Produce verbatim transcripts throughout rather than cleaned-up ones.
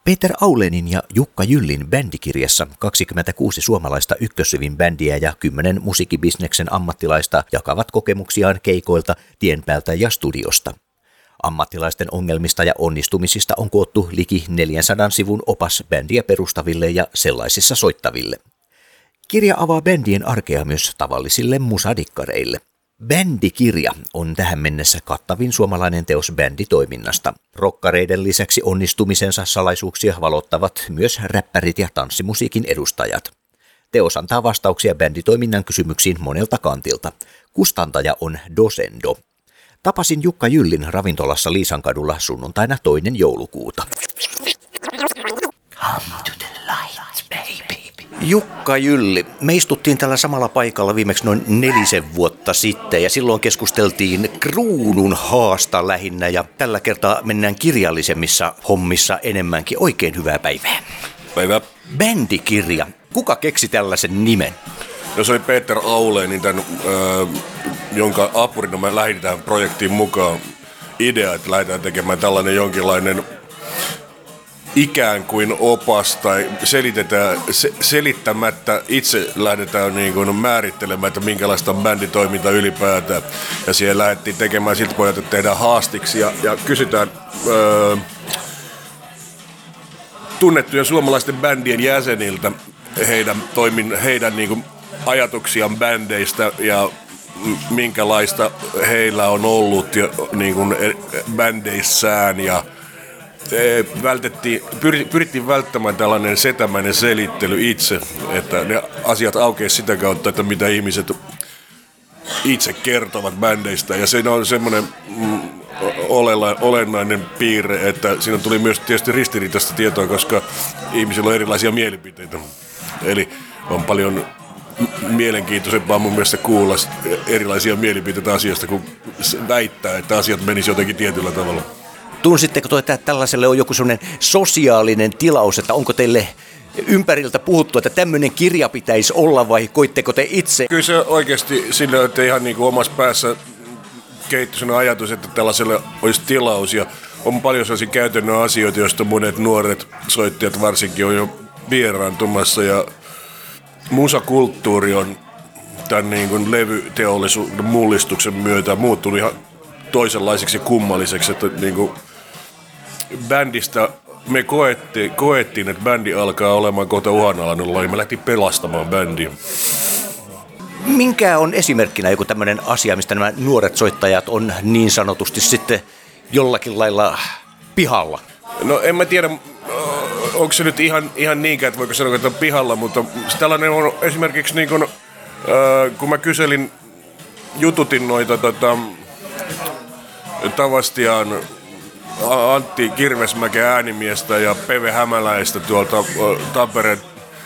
Peter Aulenin ja Jukka Jyllin bändikirjassa kaksikymmentäkuusi suomalaista ykkössyvin bändiä ja kymmenen musiikkibisneksen ammattilaista jakavat kokemuksiaan keikoilta, tien päältä ja studiosta. Ammattilaisten ongelmista ja onnistumisista on koottu liki neljänsadan sivun opas bändiä perustaville ja sellaisissa soittaville. Kirja avaa bändien arkea myös tavallisille musadikkareille. Bändikirja on tähän mennessä kattavin suomalainen teos bänditoiminnasta. Rokkareiden lisäksi onnistumisensa salaisuuksia valottavat myös räppärit ja tanssimusiikin edustajat. Teos antaa vastauksia bänditoiminnan kysymyksiin monelta kantilta. Kustantaja on Dosendo. Tapasin Jukka Jyllin ravintolassa Liisankadulla sunnuntaina toinen joulukuuta. Come to the light, baby. Jukka Jylli, me istuttiin tällä samalla paikalla viimeksi noin nelisen vuotta sitten ja silloin keskusteltiin kruunun haasta lähinnä ja tällä kertaa mennään kirjallisemmissa hommissa enemmänkin. Oikein hyvää päivää. Päivää. Bändikirja. Kuka keksi tällaisen nimen? No se oli Peter Aulenin, tämän, äh, jonka apurina mä lähdin tähän projektiin mukaan idea, että lähdetään tekemään tällainen jonkinlainen ikään kuin opas tai selitetään, se, selittämättä itse lähdetään niin kuin määrittelemään, että minkälaista on bänditoiminta ylipäätään. Ja siihen lähdettiin tekemään siltä pohjalta, että tehdään haastiksi ja, ja kysytään öö, tunnettujen suomalaisten bändien jäseniltä heidän, toimin, heidän niin kuin ajatuksiaan bändeistä ja minkälaista heillä on ollut ja, niin kuin bändeissään ja Vältettiin, pyrittiin välttämään tällainen setämäinen selittely itse, että ne asiat aukeaisi sitä kautta, että mitä ihmiset itse kertovat bändeistä. Ja se on semmoinen mm, olennainen piirre, että siinä tuli myös tietysti ristiriitaista tietoa, koska ihmisillä on erilaisia mielipiteitä. Eli on paljon mielenkiintoisempaa mun mielestä kuulla erilaisia mielipiteitä asiasta, kun väittää, että asiat menisivät jotenkin tietyllä tavalla. Tunsitteko toi, että tällaiselle on joku sellainen sosiaalinen tilaus, että onko teille ympäriltä puhuttu, että tämmöinen kirja pitäisi olla vai koitteko te itse? Kyllä se oikeasti sillä, että ihan niin kuin omassa päässä kehittyi sellainen ajatus, että tällaiselle olisi tilaus ja on paljon sellaisia käytännön asioita, joista monet nuoret soittajat varsinkin on jo vieraantumassa ja musakulttuuri on tämän niin kuin levyteollisuuden mullistuksen myötä muuttunut ihan toisenlaiseksi ja kummalliseksi, että niin kuin bändistä me koettiin, koettiin, että bändi alkaa olemaan kohta uhanalainen laji. Me lähtiin pelastamaan bändiä. Minkä on esimerkkinä joku tämmöinen asia, mistä nämä nuoret soittajat on niin sanotusti sitten jollakin lailla pihalla? No en mä tiedä, onko se nyt ihan, ihan niinkään, että voiko sanoa, että on pihalla, mutta tällainen on esimerkiksi niin kuin, kun mä kyselin, jututin noita tota, Tavastian Antti Kirvesmäken äänimiestä ja Peve Hämäläistä tuolta Tampereen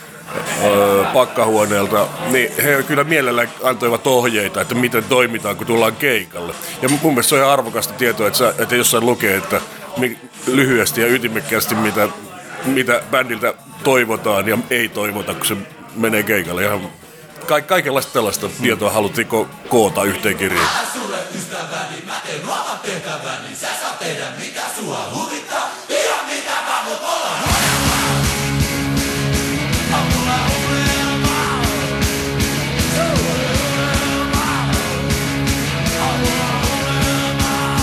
pakkahuoneelta, niin he kyllä mielellään antoivat ohjeita, että miten toimitaan, kun tullaan keikalle. Ja mun mielestä se on ihan arvokasta tietoa, että, sä, että jossain lukee, että lyhyesti ja ytimekkäästi, mitä, mitä bändiltä toivotaan ja ei toivota, kun se menee keikalle. Ihan ka- kaikenlaista tällaista tietoa haluttiin ko- koota yhteen kirjaan. Ystäväni, mä teen oman tehtäväni, sä saa tehdä mitä sua huvittaa, ihan mitä mä voit olla unelmaa. On mulla unelmaa. Unelmaa. On mulla unelmaa.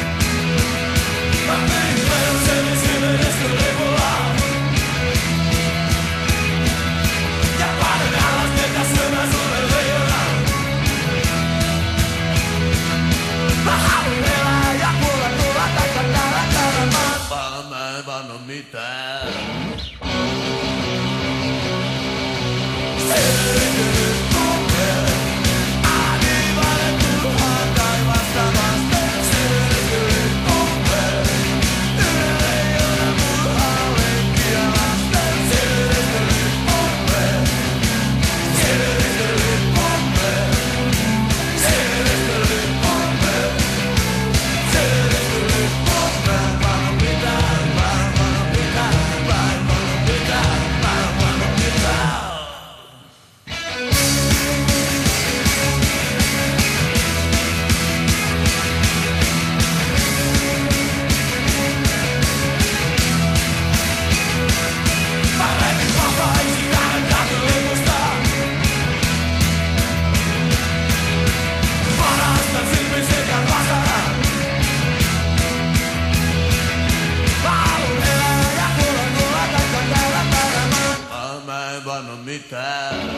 Mä tein mitään.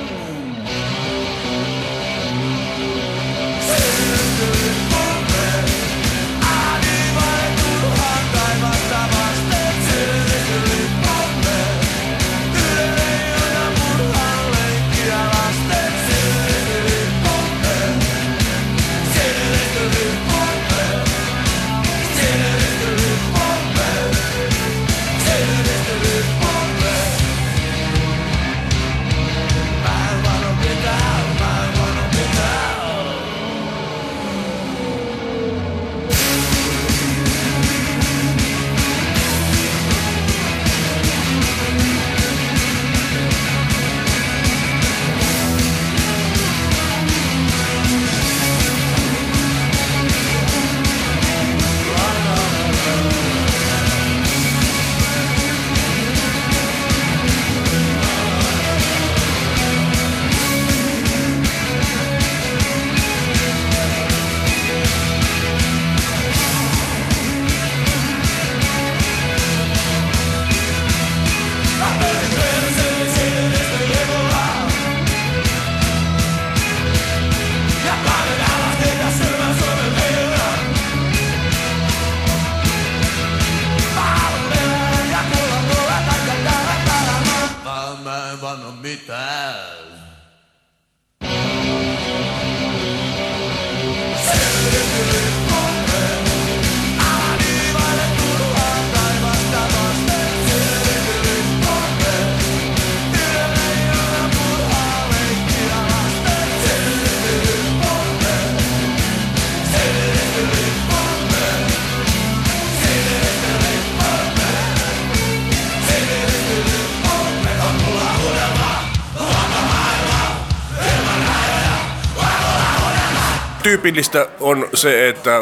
Tyypillistä on se, että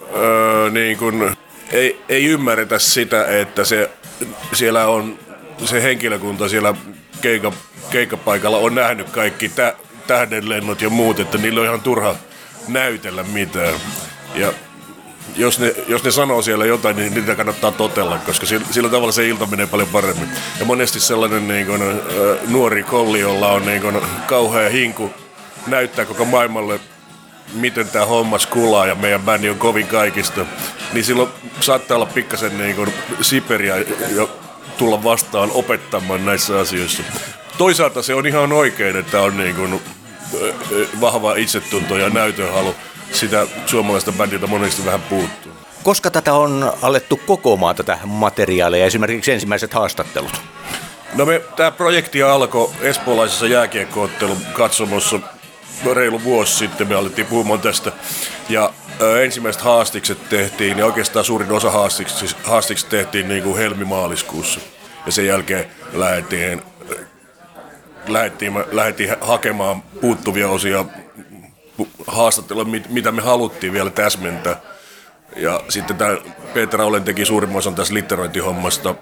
öö, niin kun, ei, ei ymmärretä sitä, että se, siellä on se henkilökunta siellä keikka, keikkapaikalla on nähnyt kaikki tä, tähdenlennot ja muut, että niillä on ihan turha näytellä mitään. Ja jos ne, jos ne sanoo siellä jotain, niin niitä kannattaa totella, koska sillä, sillä tavalla se ilta menee paljon paremmin. Ja monesti sellainen niin kun, ö, nuori kolli, jolla on niin kun, kauhea hinku näyttää koko maailmalle, miten tämä homma skulaa ja meidän bändi on kovin kaikista, niin silloin saattaa olla pikkasen niin kuin siperiä jo tulla vastaan opettamaan näissä asioissa. Toisaalta se on ihan oikein, että on niin kuin vahva itsetunto ja näytönhalu. Sitä suomalaista bändiltä monesti vähän puuttuu. Koska tätä on alettu kokoamaan tätä materiaalia, esimerkiksi ensimmäiset haastattelut? No me, tämä projekti alkoi espoolaisessa jääkiekko-ottelun katsomossa reilu vuosi sitten. Me alettiin puhumaan tästä ja ö, ensimmäiset haastikset tehtiin ja oikeastaan suurin osa haastikset, haastikset tehtiin niin kuin helmimaaliskuussa. Ja sen jälkeen lähdettiin, lähdettiin, lähdettiin hakemaan puuttuvia osia haastattelua, mitä me haluttiin vielä täsmentää. Ja sitten tämä Petra Olen teki suurimman osan tässä litterointihommasta.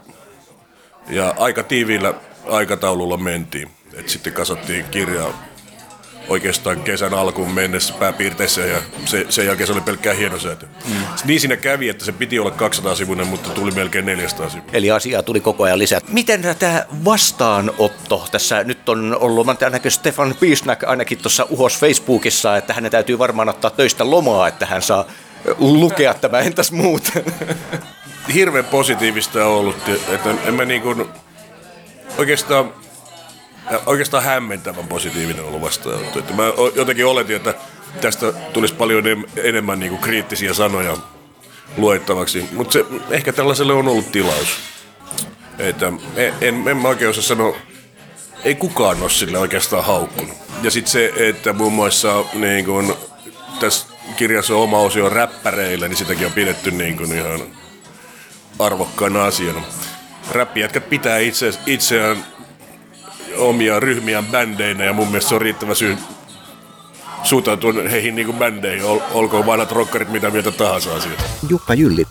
Ja aika tiiviillä aikataululla mentiin. Et sitten kasattiin kirjaa oikeastaan kesän alkuun mennessä pääpiirteissä ja se, sen jälkeen se oli pelkkää hienosäätö. Mm. Niin siinä kävi, että se piti olla kaksisataa-sivuinen, mutta tuli melkein neljäsataa sivuinen. Eli asiaa tuli koko ajan lisää. Miten tämä vastaanotto tässä nyt on ollut? Mä näkö Stefan Piesnak ainakin tuossa Uhos Facebookissa, että hänen täytyy varmaan ottaa töistä lomaa, että hän saa lukea tämä. Entäs muut? Hirveän positiivista on ollut, että en mä niin kuin oikeastaan Oikeastaan hämmentävän positiivinen ollut vastaanotto. Että mä jotenkin oletin, että tästä tulisi paljon enemmän niin kuin kriittisiä sanoja luettavaksi, mutta se, ehkä tällaiselle on ollut tilaus. Että en, en, en mä oikein osaa sanoa, ei kukaan ole sille oikeastaan haukkunut. Ja sitten se, että muun muassa niin kun, tässä kirjassa on oma osio räppäreille, niin sitäkin on pidetty niin kun ihan arvokkaana asiana. Räppijätkät pitää itse, itseään omia ryhmiään bändeinä ja mun mielestä se on riittävä syy suhtautua heihin niin kuin bändeihin, ol, olkoon vanhat rockarit mitä mieltä tahansa asioita. Jukka Jylli.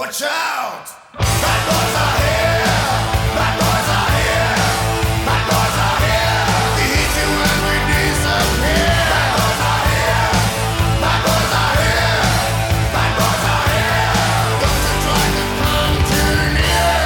Watch out! Bad boys are here! Bad boys are here! Bad boys are here! We hit you when we disappear! Bad boys are here! Bad boys are here! Bad boys are here! Don't you try to come too near!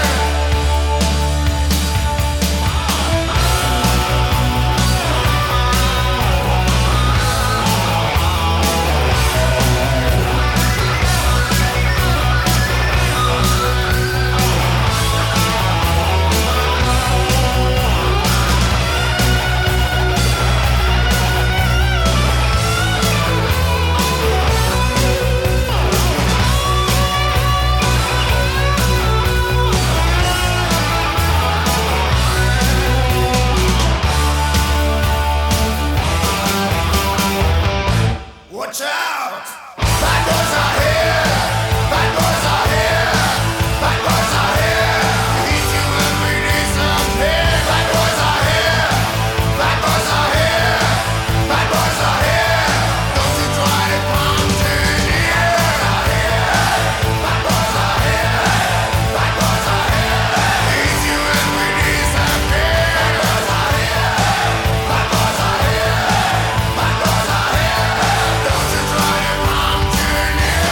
Watch out! Bad boys are here! Bad boys are here! Bad boys are here! We hit you when we disappear! Bad boys are here! Bad boys are here! Bad boys are here! Don't you try to come too near! Bad boys are here! Bad boys are here! We hit you when we disappear! Bad boys are here! Bad boys are here! Bad boys are here! Don't you try to come too near!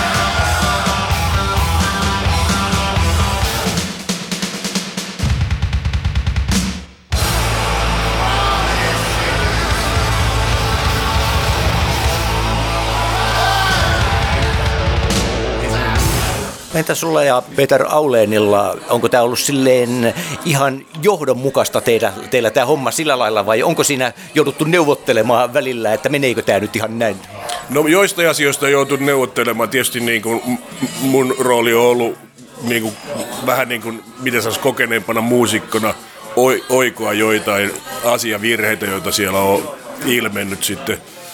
Entä sulla ja Peter Auleenilla, onko tämä ollut silleen ihan johdonmukaista teillä, teillä tämä homma sillä lailla vai onko siinä jouduttu neuvottelemaan välillä, että meneekö tämä nyt ihan näin? No joistain asioista on joutunut neuvottelemaan. Tietysti niin kuin mun rooli on ollut niin kuin, vähän niin kuin, miten sanoisi, kokeneempana muusikkona oi, oikoa joitain asiavirheitä, joita siellä on ilmennyt sitten.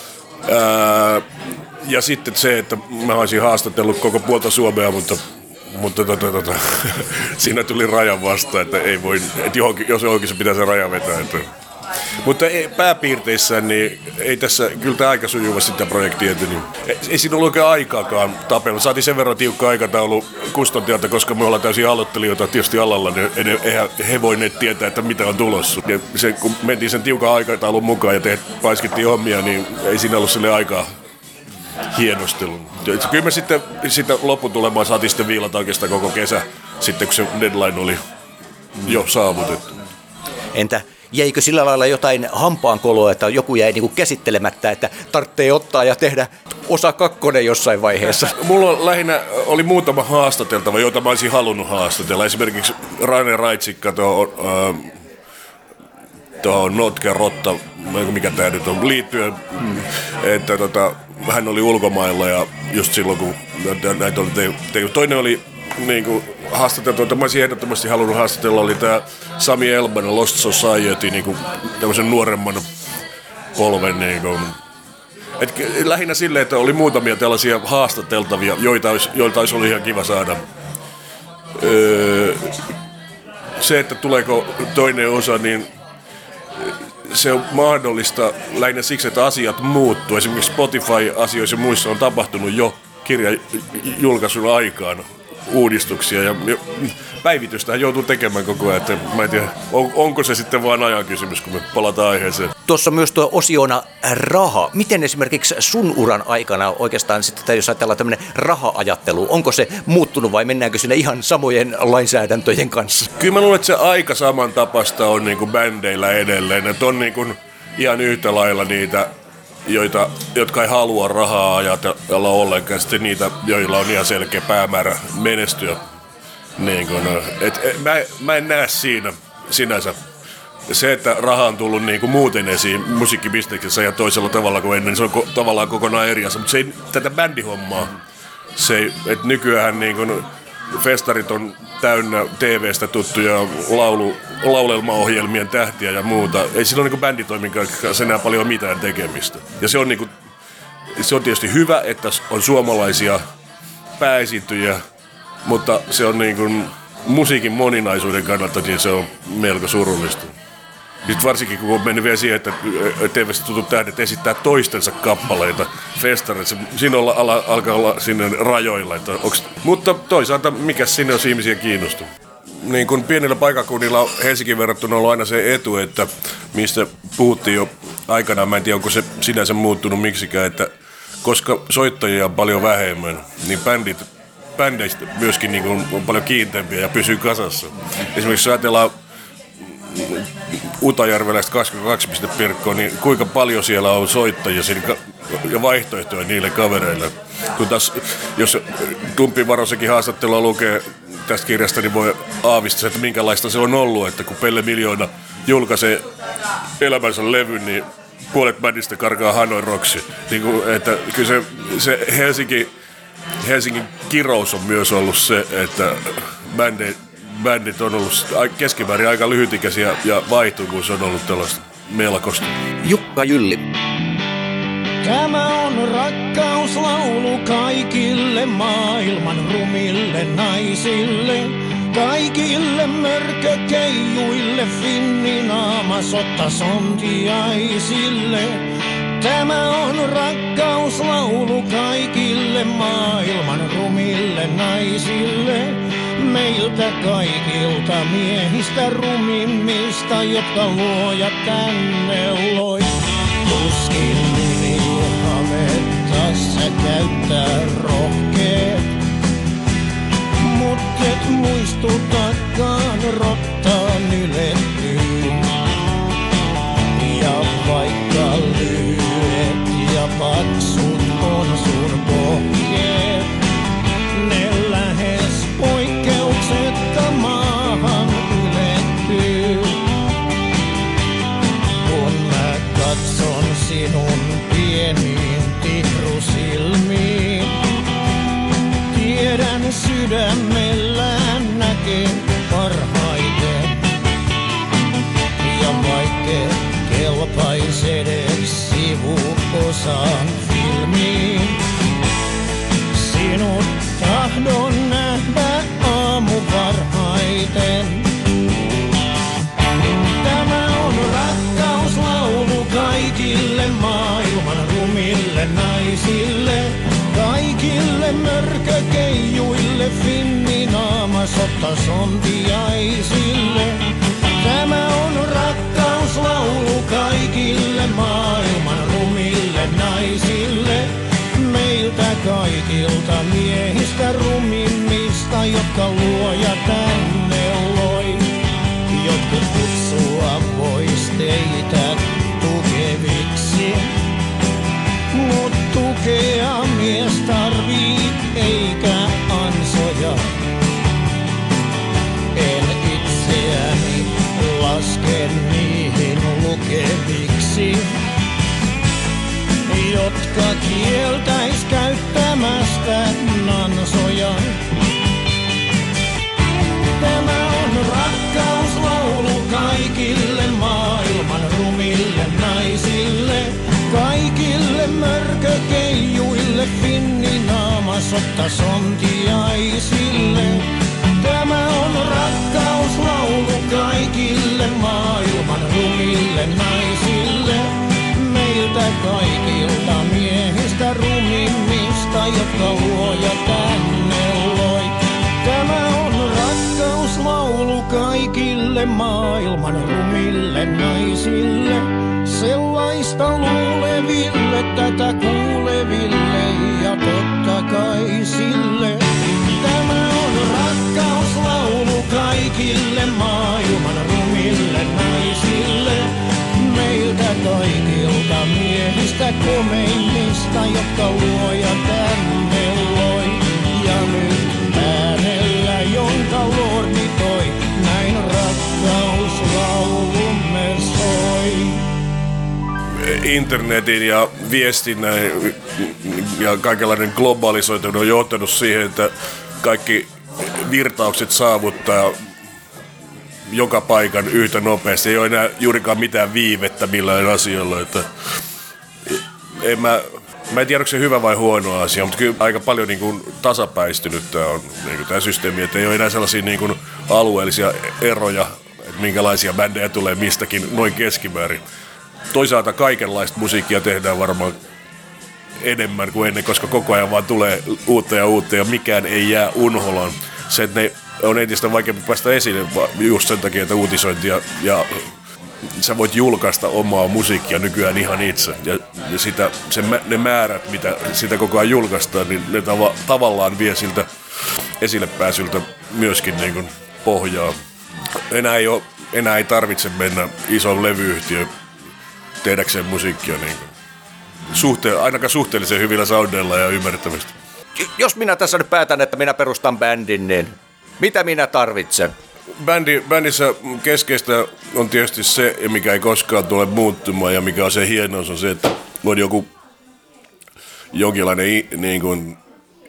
Ää, ja sitten se, että mä olisin haastatellut koko puolta Suomea, mutta, mutta tota, tota, siinä tuli rajan vastaan, että ei voi, että johonkin, jos johonkin se pitää se raja vetää. Että. Mutta ei, pääpiirteissään niin ei tässä, kyllä tämä aika sujuvasti tämä projekti eteni. Niin ei, ei siinä ollut oikein aikaakaan tapella. Saatiin sen verran tiukka aikataulu kustantajalta, koska me ollaan täysin aloittelijoita tietysti alalla, niin eihän he voineet tietää, että mitä on tulossa. Ja se, kun mentiin sen tiukan aikataulun mukaan ja te paiskittiin hommia, niin ei siinä ollut sille aikaa hienostelun. Kyllä me sitten sitä lopputulemaan saatiin sitten viilata oikeastaan koko kesä, sitten kun se deadline oli jo saavutettu. Entä jäikö sillä lailla jotain hampaankoloa, että joku jäi niinku käsittelemättä, että tarvitsee ottaa ja tehdä osa kakkonen jossain vaiheessa? Mulla lähinnä oli muutama haastateltava, jota mä olisin halunnut haastatella. Esimerkiksi Raine Raitsikka tuohon äh, tuohon Notke Rotta, mikä tämä nyt on, liittyen, mm. että tota, hän oli ulkomailla ja just silloin kun näitä oli tehty. Toinen oli niin kuin haastateltu, että mä olisin ehdottomasti halunnut haastatella, oli tämä Sami Elban Lost Society, niin kuin tämmöisen nuoremman polven. Niin kuin. Et lähinnä silleen, että oli muutamia tällaisia haastateltavia, joita olisi, joilta olisi ollut ihan kiva saada. Öö, se, että tuleeko toinen osa, niin se on mahdollista lähinnä siksi, että asiat muuttuu. Esimerkiksi Spotify-asioissa ja muissa on tapahtunut jo kirjan julkaisun aikaan uudistuksia ja päivitystähän joutuu tekemään koko ajan. Että mä en tiedä, on, onko se sitten vain ajan kysymys, kun me palataan aiheeseen. Tuossa myös tuo osiona raha. Miten esimerkiksi sun uran aikana oikeastaan sitten, jos ajatellaan tämmöinen raha-ajattelu, onko se muuttunut vai mennäänkö sinne ihan samojen lainsäädäntöjen kanssa? Kyllä mä luulen, että se aika samantapaista on niin kuin bändeillä edelleen. Että on niin kuin ihan yhtä lailla niitä, joita, jotka ei halua rahaa ajatella ollenkaan, sitten niitä, joilla on ihan selkeä päämäärä menestyä. Niin kuin, et, et, mä, mä en näe siinä sinänsä. Se, että raha on tullut niin kuin muuten esiin musiikkibisneksessä ja toisella tavalla kuin ennen, se on ko- tavallaan kokonaan eri asia. Mutta se ei tätä bändihommaa. Se ei, et nykyään niin kuin festarit on täynnä T V:stä tuttuja laulu, laulelmaohjelmien tähtiä ja muuta. Ei sillä ole niin bänditoimin kanssa enää paljon mitään tekemistä. Ja se on, niin kuin, se on tietysti hyvä, että on suomalaisia pääesiintyjiä, mutta se on niin kuin musiikin moninaisuuden kannalta, niin se on melko surullista. Sitten varsinkin kun on mennyt vielä siihen, että T V:stä tutut tähdet esittää toistensa kappaleita festareissa. Siinä olla, ala, alkaa olla sinne rajoilla. Että onks, mutta toisaalta mikä sinne on ihmisiä kiinnostunut? Niin kuin pienillä paikakunnilla on Helsingin verrattuna ollut aina se etu, että mistä puhuttiin jo aikanaan, mä en tiedä onko se sinänsä muuttunut miksikään, että koska soittajia on paljon vähemmän, niin bändit, bändeistä myöskin niin kuin on paljon kiinteämpiä ja pysyy kasassa. Esimerkiksi jos ajatellaan utajärveläistä kaksikymmentäkaksi piste Pirkkoa, niin kuinka paljon siellä on soittajia ja vaihtoehtoja niille kavereille. Kun taas, jos Tumpin Varosekin haastattelua lukee tästä kirjasta, niin voi aavistaa, että minkälaista se on ollut, että kun Pelle Miljoona julkaisee elämänsä levyn, niin puolet bändistä karkaa Hanoi Roksi. Niin kuin, että kyllä se, se Helsinki, Helsingin kirous on myös ollut se, että bändit, bändit on ollut keskimäärin aika lyhytikäisiä ja vaihtuu, kun se on ollut tällaista melkoista. Jukka Jylli. Tämä on rakkauslaulu kaikille maailman rumille naisille. Kaikille mörkökeijuille, finninaamasotta-sontiaisille. Tämä on rakkauslaulu kaikille maailman rumille naisille. Meiltä kaikilta miehistä rumimmista, jotka luoja tänne loi. Tuskin nimihametta sä käyttää rohkeet. Mut et muistutakaan rottaan ylettyy. Ja vaikka lyhyet ja paksut on sun pohkeet, ne lähes poikkeuksetta maahan ylettyy. Kun mä katson sinun pieniin tihrusilmiin, tiedän sydämellään näkee parhaiten. Ja vaikka kelpais edes sivuosaan filmiin, sinut tahdon nähdä aamu varhaiten. Tämä on rakkauslaulu kaikille maailman rumille naisille. Kaikille mörkökeijuille, finninaamasotta-sontiaisille. Tämä on rakkauslaulu kaikille maailman rumille naisille. Meiltä kaikilta miehistä rumimmista, jotka luoja tänne loi. Jotkut kutsua vois teitä tukeviksi, mut tukea mies tarvii eikä ansoja. En itseäni laske niihin lukeviksi, jotka kieltäis käyttämästä nansoja. Tämä on rakkauslaulu kaikille maailman rumille naisille. Kaikille mörkökeijuille, finninaamasotta-sontiaisille. Tämä on rakkauslaulu kaikille maailman rumille naisille. Meiltä kaikilta miehistä rumimmista, jotka luoja tänne loi. Tämä on rakkauslaulu kaikille maailman rumille naisille. Sellaista luuleville, tätä kuuleville ja totta kai sille. Tämä on rakkauslaulu kaikille maailman rumille naisille. Meiltä kaikilta miehistä komeimmista, jotka luoja tänne loi. Ja nyt äänellä, jonka Lordi toi, näin rakkauslaulumme soi. Internetin ja viestinnän ja kaikenlainen globalisoituminen on johtanut siihen, että kaikki virtaukset saavuttaa joka paikan yhtä nopeasti. Ei ole enää juurikaan mitään viivettä millään asioilla. Että en mä, mä en tiedä, onko se hyvä vai huono asia, mutta kyllä aika paljon niin kuin tasapäistynyt tämä on niin kuin tämä systeemi, että ei ole enää sellaisia niin kuin alueellisia eroja. että minkälaisia bändejä tulee mistäkin noin keskimäärin. Toisaalta kaikenlaista musiikkia tehdään varmaan enemmän kuin ennen, koska koko ajan vaan tulee uutta ja uutta ja mikään ei jää unholaan. Se, että ne on entistä vaikeampi päästä esille just sen takia, että uutisointia ja sä voit julkaista omaa musiikkia nykyään ihan itse. Ja, ja sitä, se, ne määrät, mitä sitä koko ajan julkaistaan, niin ne tava, tavallaan vie siltä esille pääsyltä myöskin niin kuin pohjaa. Enää ei, ole, enää ei tarvitse mennä isoon levyyhtiöön tehdäkseen musiikkia niin kuin suhte- ainakaan suhteellisen hyvillä soundeilla ja ymmärrettävistä. Jos minä tässä nyt päätän, että minä perustan bändin, niin mitä minä tarvitsen? Bändi, bändissä keskeistä on tietysti se, mikä ei koskaan tule muuttumaan ja mikä on se hienous, on se, että on joku jonkinlainen niin kuin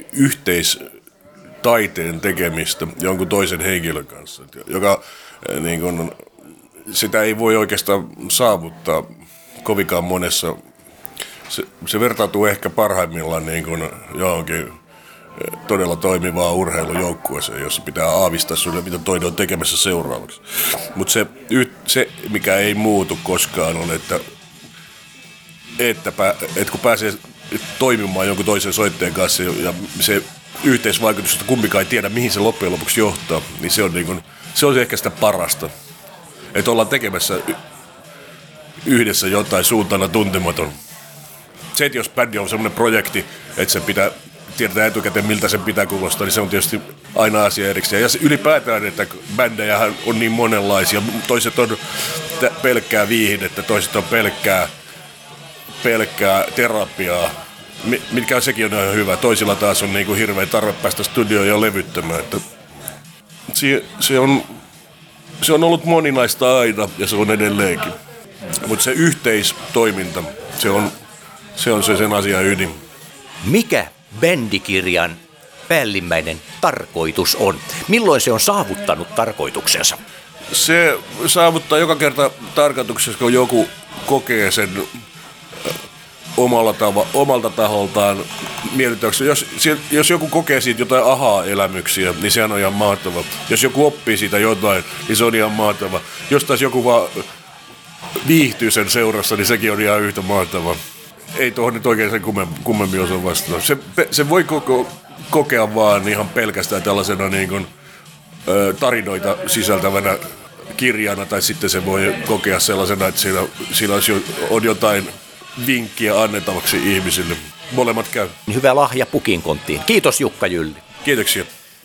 yhteistaiteen tekemistä jonkun toisen henkilön kanssa, joka niin kuin, sitä ei voi oikeastaan saavuttaa kovinkaan monessa. Se, se vertautuu ehkä parhaimmillaan niin kuin johonkin todella toimivaa urheilujoukkueeseen, jossa pitää aavistaa sulle, mitä toinen on tekemässä seuraavaksi. Mutta se, se, mikä ei muutu koskaan, on, että, että, pää, että kun pääsee toimimaan jonkun toisen soittajan kanssa ja se yhteisvaikutus, että kumpikaan ei tiedä, mihin se loppujen lopuksi johtaa, niin se on, niin kuin, se on ehkä sitä parasta. Että ollaan tekemässä yhdessä jotain suuntana tuntematon. Se, että jos bändi on semmoinen projekti, että se pitää tiedetään etukäteen, miltä sen pitää kuulostaa, niin se on tietysti aina asia erikseen. Ja ylipäätään, että bändejähän on niin monenlaisia. Toiset on pelkkää viihdettä, toiset on pelkkää, pelkkää terapiaa, mitkä sekin on ihan hyvä. Toisilla taas on niin kuin hirveä tarve päästä studioon ja levyttämään. Että se, se, on, se on ollut moninaista aina ja se on edelleenkin. Mutta se yhteistoiminta, se on se, on se sen asian ydin. Mikä bändikirjan päällimmäinen tarkoitus on? Milloin se on saavuttanut tarkoituksensa? Se saavuttaa joka kerta tarkoituksessa, kun joku kokee sen omalla tava, omalta taholtaan miellyttäväksi. Jos, jos joku kokee siitä jotain ahaa-elämyksiä, niin sehän on ihan mahtava. Jos joku oppii siitä jotain, niin se on ihan mahtava. Jos taas joku vaan viihtyy sen seurassa, niin sekin on ihan yhtä mahtava. Ei tuohon nyt oikein sen kummemmin osaa vastaan. Se, se voi koko, kokea vaan ihan pelkästään tällaisena niin kuin, ö, tarinoita sisältävänä kirjana, tai sitten se voi kokea sellaisena, että siinä, siinä on jotain vinkkiä annettavaksi ihmisille. Molemmat käy. Hyvä lahja pukin konttiin. Kiitos Jukka Jylli. Kiitoksia.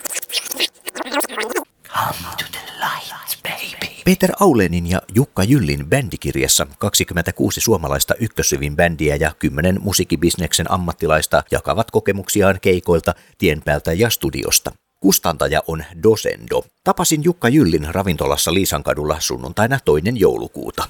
Peter Aulenin ja Jukka Jyllin bändikirjassa kaksikymmentäkuusi suomalaista ykkössyvin bändiä ja kymmenen musiikkibisneksen ammattilaista jakavat kokemuksiaan keikoilta, tien päältä ja studiosta. Kustantaja on Dosendo. Tapasin Jukka Jyllin ravintolassa Liisankadulla sunnuntaina toinen joulukuuta.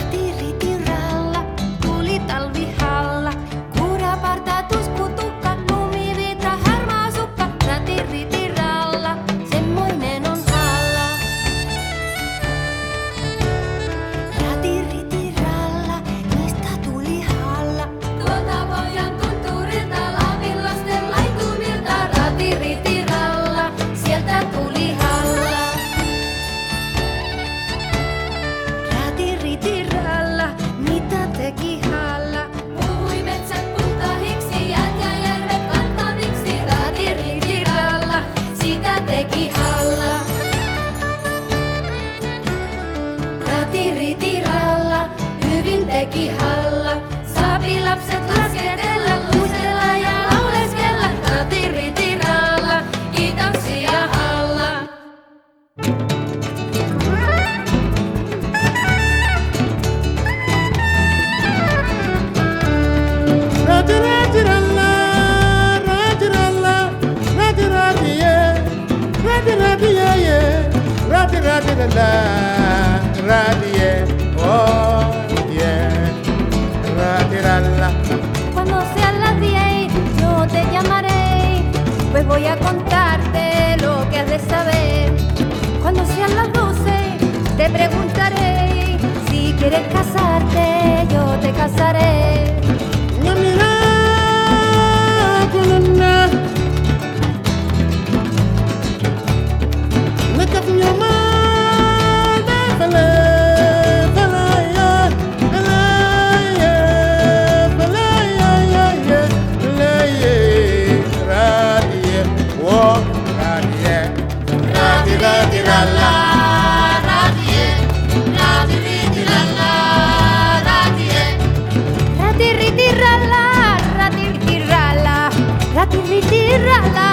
Cuando sean las diez yo te llamaré, pues voy a contarte lo que has de saber. Cuando sean las doce te preguntaré, si quieres casarte yo te casaré. ratiralla, ratie, ratiritiralla, ratie. Ratiritiralla, ratiritiralla, ratiritiralla.